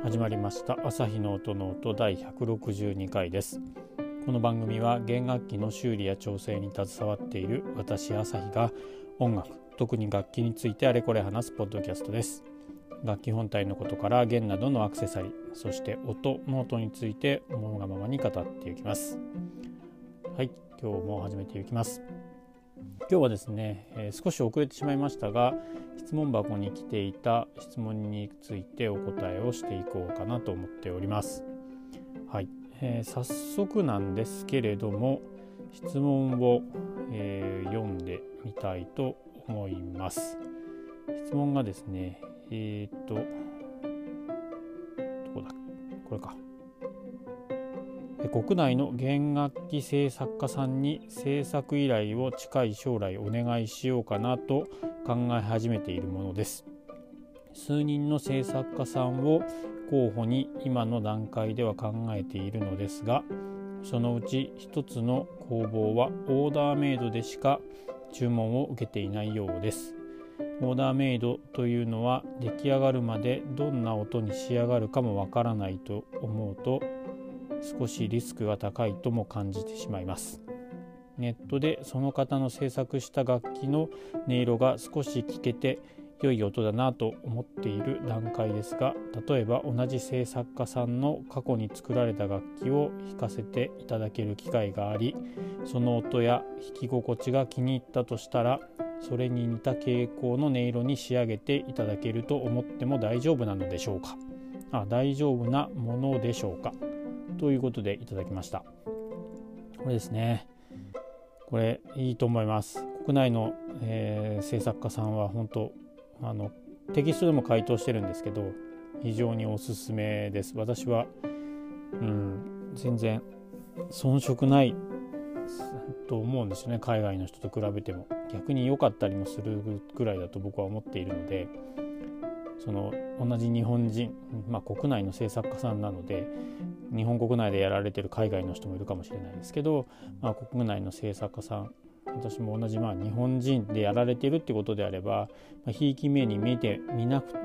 始まりました朝日の音の音第162回です。この番組は弦楽器の修理や調整に携わっている私朝日が音楽、特に楽器についてあれこれ話すポッドキャストです。楽器本体のことから弦などのアクセサリー、そして音について思うがままに語っていきます。はい、今日も始めていきます。今日はですね、少し遅れてしまいましたが、質問箱に来ていた質問についてお答えをしていこうかなと思っております。はい、早速なんですけれども、質問を、読んでみたいと思います。質問がですね、どこだ、これか。国内の弦楽器製作家さんに制作依頼を近い将来お願いしようかなと考え始めているものです。数人の制作家さんを候補に今の段階では考えているのですが、そのうち一つの工房はオーダーメイドでしか注文を受けていないようです。オーダーメイドというのは出来上がるまでどんな音に仕上がるかもわからないと思うと、少しリスクが高いとも感じてしまいます。ネットでその方の制作した楽器の音色が少し聞けて良い音だなと思っている段階ですが、例えば同じ制作家さんの過去に作られた楽器を弾かせていただける機会があり、その音や弾き心地が気に入ったとしたら、それに似た傾向の音色に仕上げていただけると思っても大丈夫なのでしょうか。大丈夫なものでしょうか、ということでいただきました。これですね、これいいと思います。国内の、制作家さんは本当テキストでも回答してるんですけど、非常におすすめです。私は、全然遜色ないと思うんですよね。海外の人と比べても逆に良かったりもするくらいだと僕は思っているので、その同じ日本人、国内の制作家さんなので、日本国内でやられてる海外の人もいるかもしれないですけど、国内の制作家さん、私も同じ日本人でやられているってことであれば、ひいき目に見てなく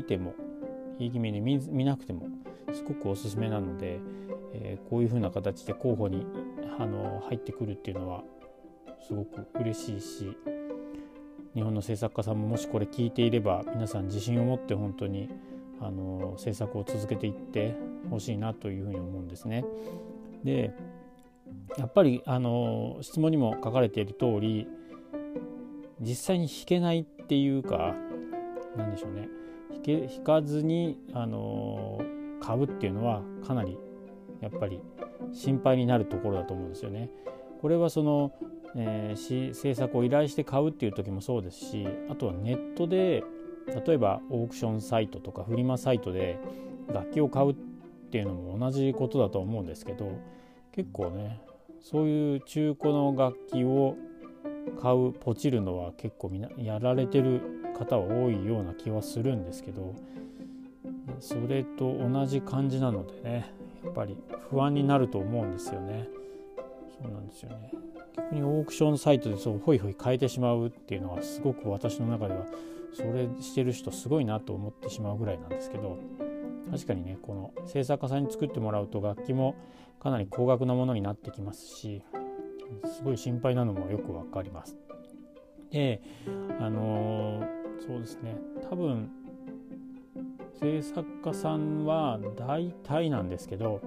てもすごくおすすめなので、こういう風な形で候補に入ってくるっていうのはすごく嬉しいし、日本の制作家さんももしこれ聞いていれば、皆さん自信を持って本当に制作を続けていってほしいなというふうに思うんですね。で、やっぱり質問にも書かれている通り、実際に弾けないっていうか、なんでしょうね、弾かずに買うっていうのはかなりやっぱり心配になるところだと思うんですよね。これはその制作を依頼して買うっていう時もそうですし、あとはネットで例えばオークションサイトとかフリマサイトで楽器を買うっていうのも同じことだと思うんですけど、結構ね、そういう中古の楽器を買う、ポチるのは結構みんなやられてる方は多いような気はするんですけど、それと同じ感じなのでね、やっぱり不安になると思うんですよね。そうなんですよね。逆にオークションサイトでそうホイホイ変えてしまうっていうのは、すごく私の中ではそれしてる人すごいなと思ってしまうぐらいなんですけど、確かにね、この制作家さんに作ってもらうと楽器もかなり高額なものになってきますし、すごい心配なのもよくわかります。で、そうですね、多分制作家さんは大体なんですけど、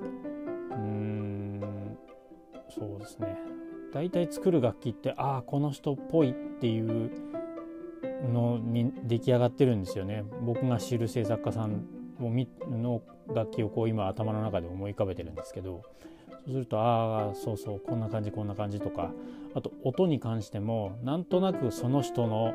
そうですね、大体作る楽器ってこの人っぽいっていうのに出来上がってるんですよね。僕が知る制作家さんの楽器を今頭の中で思い浮かべてるんですけど、そうするとそうそう、こんな感じとか、あと音に関してもなんとなくその人の、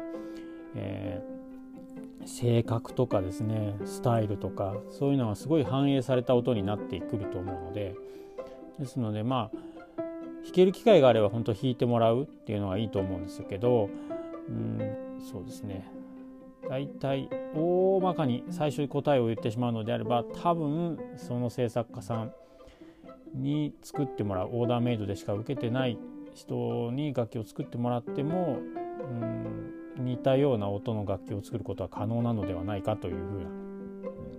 性格とかですね、スタイルとかそういうのがすごい反映された音になってくると思うので、ですので弾ける機会があれば本当弾いてもらうっていうのがいいと思うんですけど、そうですね、大体大まかに最初に答えを言ってしまうのであれば、多分その制作家さんに作ってもらう、オーダーメイドでしか受けてない人に楽器を作ってもらっても、似たような音の楽器を作ることは可能なのではないかというふうな、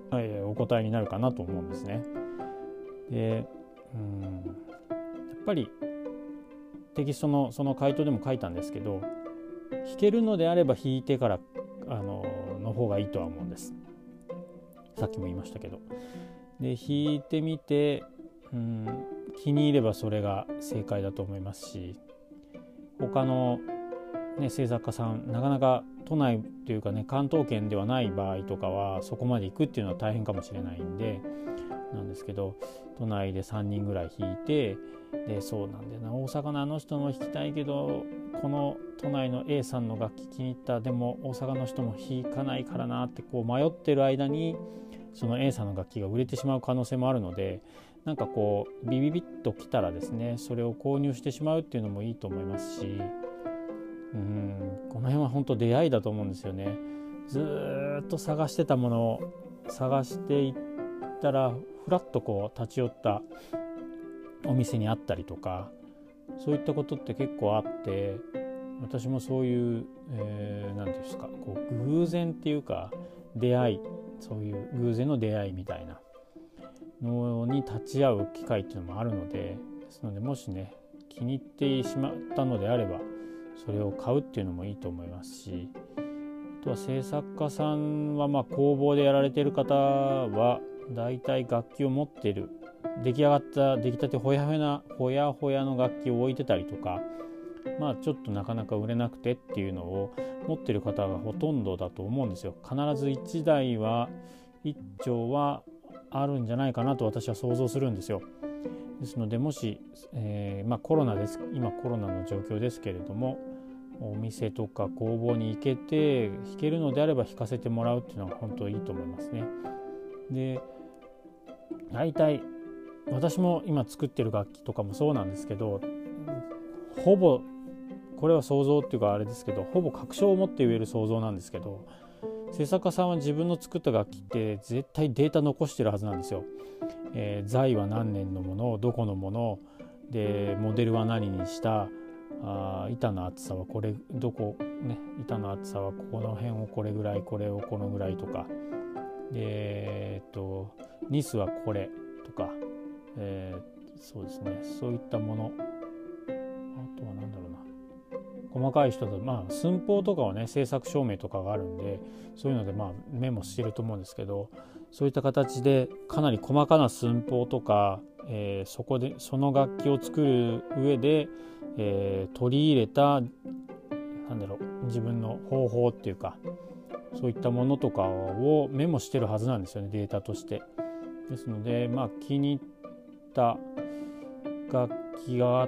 お答えになるかなと思うんですね。で、やっぱりテキストのその回答でも書いたんですけど、弾けるのであれば弾いてからの方がいいとは思うんです。さっきも言いましたけど。で弾いてみて、気に入ればそれが正解だと思いますし、他の、制作家さんなかなか都内というかね関東圏ではない場合とかはそこまで行くっていうのは大変かもしれないんでなんですけど、都内で3人ぐらい弾いて、でそうなんだよな、大阪のあの人の弾きたいけどこの都内の A さんの楽器気に入った、でも大阪の人も弾かないからなってこう迷ってる間にその A さんの楽器が売れてしまう可能性もあるので、なんかこうビビビッときたらですねそれを購入してしまうっていうのもいいと思いますし、この辺は本当出会いだと思うんですよね。ずっと探してたものを探していったらふらっとこう立ち寄ったお店にあったりとか、そういったことって結構あって、私もそういう何ていうんですか、こう偶然っていうか出会い、そういう偶然の出会いみたいなのに立ち会う機会っていうのもあるので、ですのでもしね気に入ってしまったのであればそれを買うっていうのもいいと思いますし、あとは制作家さんは工房でやられている方はだいたい楽器を持っている、出来上がった出来たてほやほやの楽器を置いてたりとか、ちょっとなかなか売れなくてっていうのを持っている方がほとんどだと思うんですよ。必ず1台は1丁はあるんじゃないかなと私は想像するんですよ。ですのでもし、コロナです、今コロナの状況ですけれども、お店とか工房に行けて弾けるのであれば弾かせてもらうっていうのが本当にいいと思いますね。で大体私も今作ってる楽器とかもそうなんですけど、ほぼこれは想像っていうかあれですけど、ほぼ確証を持って言える想像なんですけど、制作家さんは自分の作った楽器って絶対データ残してるはずなんですよ。材は何年のもの、どこのもので、モデルは何にした、板の厚さはこれ、板の厚さはここの辺をこれぐらい、これをこのぐらいとかで、ニスはこれとか、そうですね、そういったもの、あとは何だろうな、細かい人だと寸法とかはね制作証明とかがあるんで、そういうのでメモしてると思うんですけど、そういった形でかなり細かな寸法とか、そこでその楽器を作る上で、取り入れた自分の方法っていうか、そういったものとかをメモしてるはずなんですよね、データとして。ですので気に入った楽器があって、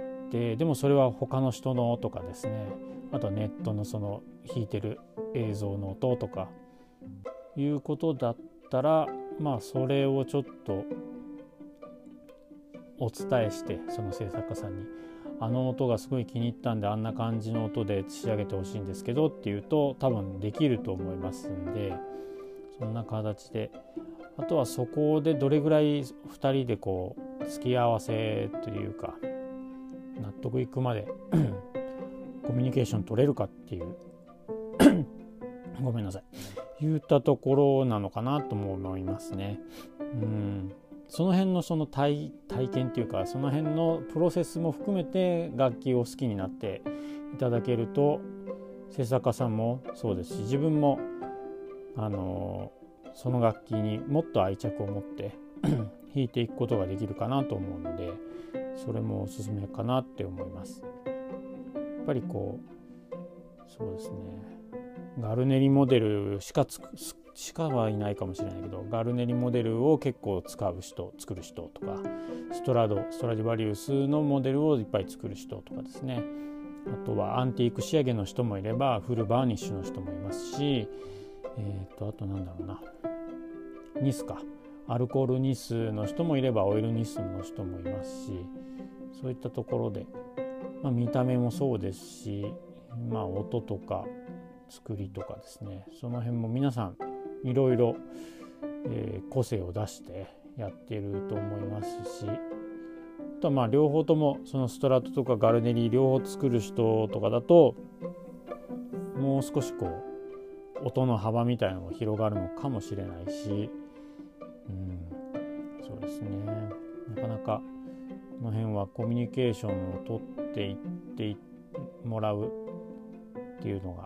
でもそれは他の人のとかですね、あとはネットのその弾いてる映像の音とかいうことだったら、それをちょっとお伝えして、その制作家さんにあの音がすごい気に入ったんであんな感じの音で仕上げてほしいんですけどっていうと多分できると思いますんで、そんな形で、あとはそこでどれぐらい2人でこう付き合わせというか納得いくまでコミュニケーション取れるかっていうごめんなさい、言ったところなのかなとも思いますね。その辺のその体験っていうか、その辺のプロセスも含めて楽器を好きになっていただけると、制作家さんもそうですし、自分もその楽器にもっと愛着を持って弾いていくことができるかなと思うので、それもおすすめかなって思います。やっぱりこうそうですね、ガルネリモデルしかはいないかもしれないけど、ガルネリモデルを結構作る人とか、ストラディバリウスのモデルをいっぱい作る人とかですね、あとはアンティーク仕上げの人もいればフルバーニッシュの人もいますし、あとニスか、アルコールニスの人もいればオイルニスの人もいますし、そういったところで、見た目もそうですし、音とか作りとかですね、その辺も皆さんいろいろ個性を出してやっていると思いますし、あとは両方ともそのストラトとかガルネリ両方作る人とかだと、もう少しこう音の幅みたいなのが広がるのかもしれないし、 ですね、なかなかこの辺はコミュニケーションを取っていってもらうっていうのが、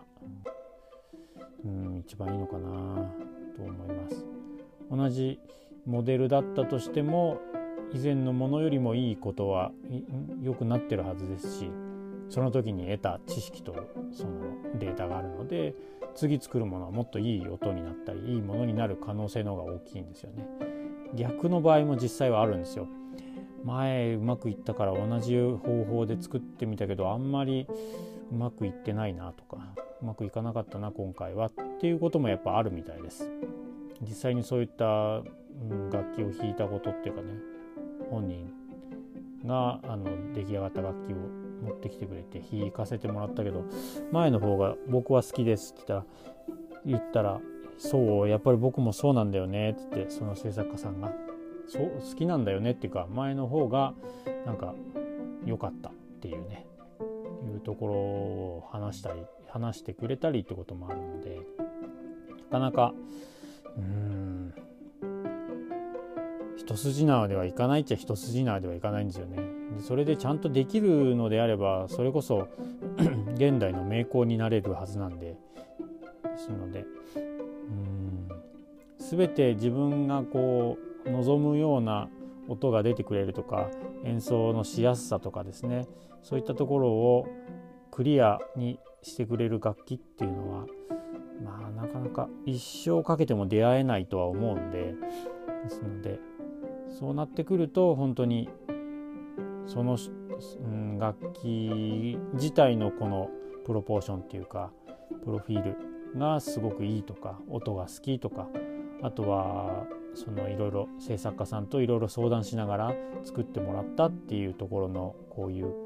一番いいのかなと思います。同じモデルだったとしても以前のものよりもいいことは良くなってるはずですし、その時に得た知識とそのデータがあるので、次作るものはもっといい音になったりいいものになる可能性の方が大きいんですよね。逆の場合も実際はあるんですよ。前うまくいったから同じ方法で作ってみたけどあんまりうまくいってないなとか、うまくいかなかったな今回はっていうこともやっぱあるみたいです。実際にそういった楽器を弾いたことっていうかね、本人が出来上がった楽器を持ってきてくれて弾かせてもらったけど、前の方が僕は好きですって言ったらそうやっぱり僕もそうなんだよねって言って、その制作家さんがそう好きなんだよねっていうか、前の方がなんか良かったっていうね、いうところを話してくれたりってこともあるので、なかなか一筋縄ではいかないっちゃ一筋縄ではいかないんですよね。でそれでちゃんとできるのであればそれこそ現代の名工になれるはずなんですので、全て自分がこう望むような音が出てくれるとか、演奏のしやすさとかですね、そういったところをクリアにしてくれる楽器っていうのはなかなか一生かけても出会えないとは思うんで、ですのでそうなってくると本当にその、楽器自体のこのプロポーションっていうかプロフィールがすごくいいとか、音が好きとか、あとはそのいろいろ制作家さんといろいろ相談しながら作ってもらったっていうところのこういう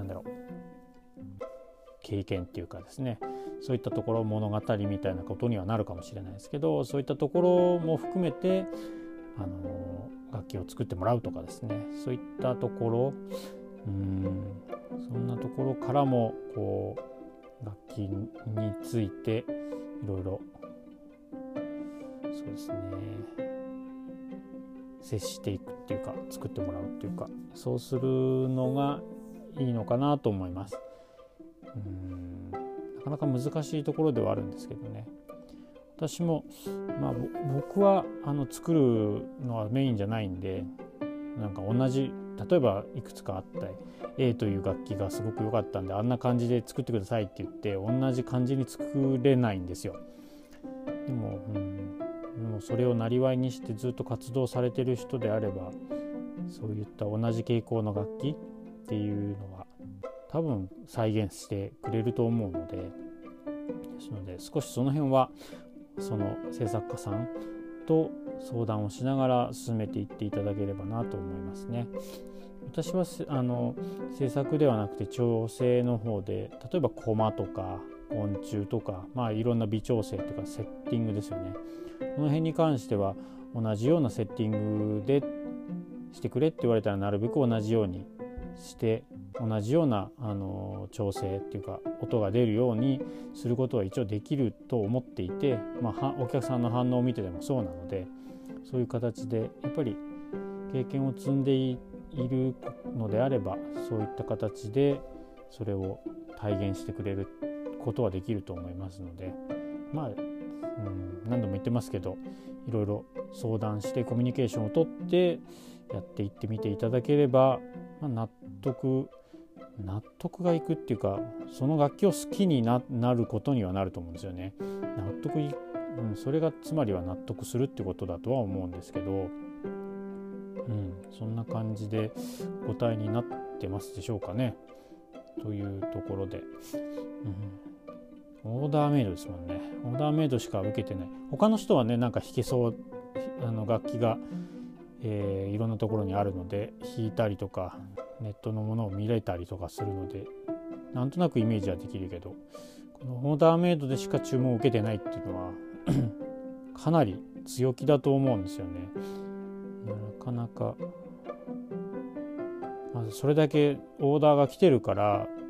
経験っていうかですね、そういったところ物語みたいなことにはなるかもしれないですけど、そういったところも含めて楽器を作ってもらうとかですね、そういったところそんなところからもこう楽器についていろいろそうですね接していくっていうか作ってもらうっていうか、そうするのがいいのかなと思います。なかなか難しいところではあるんですけどね、私も僕は作るのはメインじゃないんで、なんか同じ例えばいくつかあった A という楽器がすごく良かったんであんな感じで作ってくださいって言って同じ感じに作れないんですよ。でもそれを生りにしてずっと活動されてる人であれば、そういった同じ傾向の楽器っていうのは多分再現してくれると思うので、ですので少しその辺はその制作家さんと相談をしながら進めていっていただければなと思いますね。私は制作ではなくて調整の方で、例えばコマとか音柱とか、いろんな微調整というかセッティングですよね。この辺に関しては同じようなセッティングでしてくれって言われたらなるべく同じようにして同じような調整っていうか音が出るようにすることは一応できると思っていて、お客さんの反応を見てでもそうなので、そういう形でやっぱり経験を積んでいるのであればそういった形でそれを体現してくれることはできると思いますので、何度も言ってますけどいろいろ相談してコミュニケーションをとってやっていってみていただければ、納得がいくっていうか、その楽器を好きになることにはなると思うんですよね。それがつまりは納得するってことだとは思うんですけど、そんな感じでお答えになってますでしょうかねというところで、オーダーメイドですもんね。オーダーメイドしか受けてない。他の人はねなんか弾けそう楽器が、いろんなところにあるので弾いたりとかネットのものを見れたりとかするのでなんとなくイメージはできるけど、このオーダーメイドでしか注文を受けてないっていうのはかなり強気だと思うんですよね。なかなかそれだけオーダーが来てるから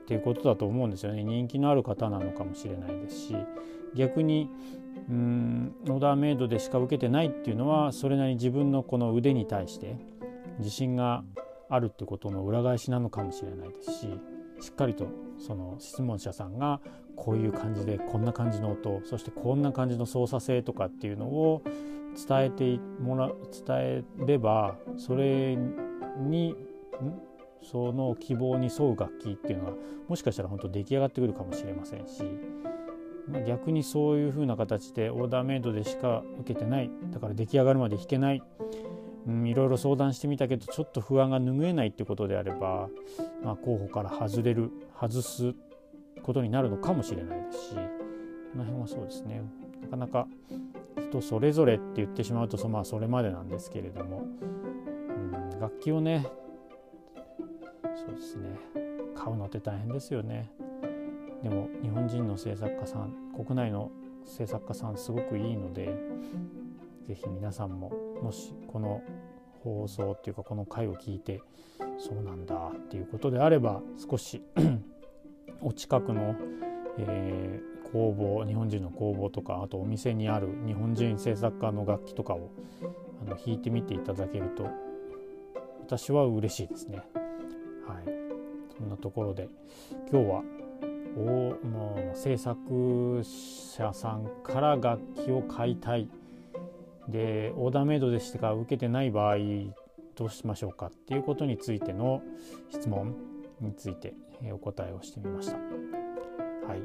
っていうことだと思うんですよね。人気のある方なのかもしれないですし、逆にオーダーメイドでしか受けてないっていうのはそれなりに自分のこの腕に対して自信があるってことの裏返しなのかもしれないですし、しっかりとその質問者さんがこういう感じでこんな感じの音、そしてこんな感じの操作性とかっていうのを伝えれば、それにその希望に沿う楽器っていうのがもしかしたら本当出来上がってくるかもしれませんし、逆にそういう風な形でオーダーメイドでしか受けてない、だから出来上がるまで弾けない、いろいろ相談してみたけどちょっと不安が拭えないってことであれば、候補から外すことになるのかもしれないですし、この辺はそうですね、なかなか人それぞれって言ってしまうとそれまでなんですけれども、楽器をね、そうですね、買うのって大変ですよね。でも日本人の制作家さん、国内の制作家さんすごくいいので、ぜひ皆さんももしこの放送っていうかこの回を聞いてそうなんだっていうことであれば、少しお近くの、工房、日本人の工房とか、あとお店にある日本人制作家の楽器とかを弾いてみていただけると私は嬉しいですね。はい、そんなところで今日は制作者さんから楽器を買いたいでオーダーメイドでしか受けてない場合どうしましょうかっていうことについての質問についてお答えをしてみました。はい、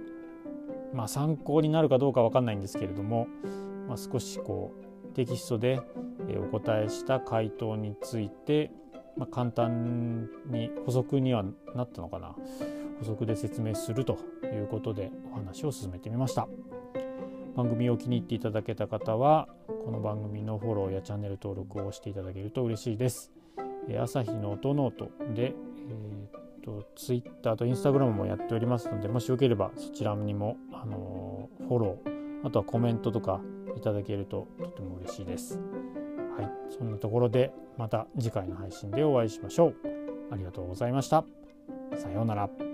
参考になるかどうか分かんないんですけれども、少しテキストでお答えした回答について、簡単に補足にはなったのかな、補足で説明するということでお話を進めてみました。番組を気に入っていただけた方はこの番組のフォローやチャンネル登録をしていただけると嬉しいです。朝日の音ノートで、Twitter と Instagram もやっておりますので、もしよければそちらにもフォロー、あとはコメントとかいただけるととても嬉しいです。はい、そんなところでまた次回の配信でお会いしましょう。ありがとうございました。さようなら。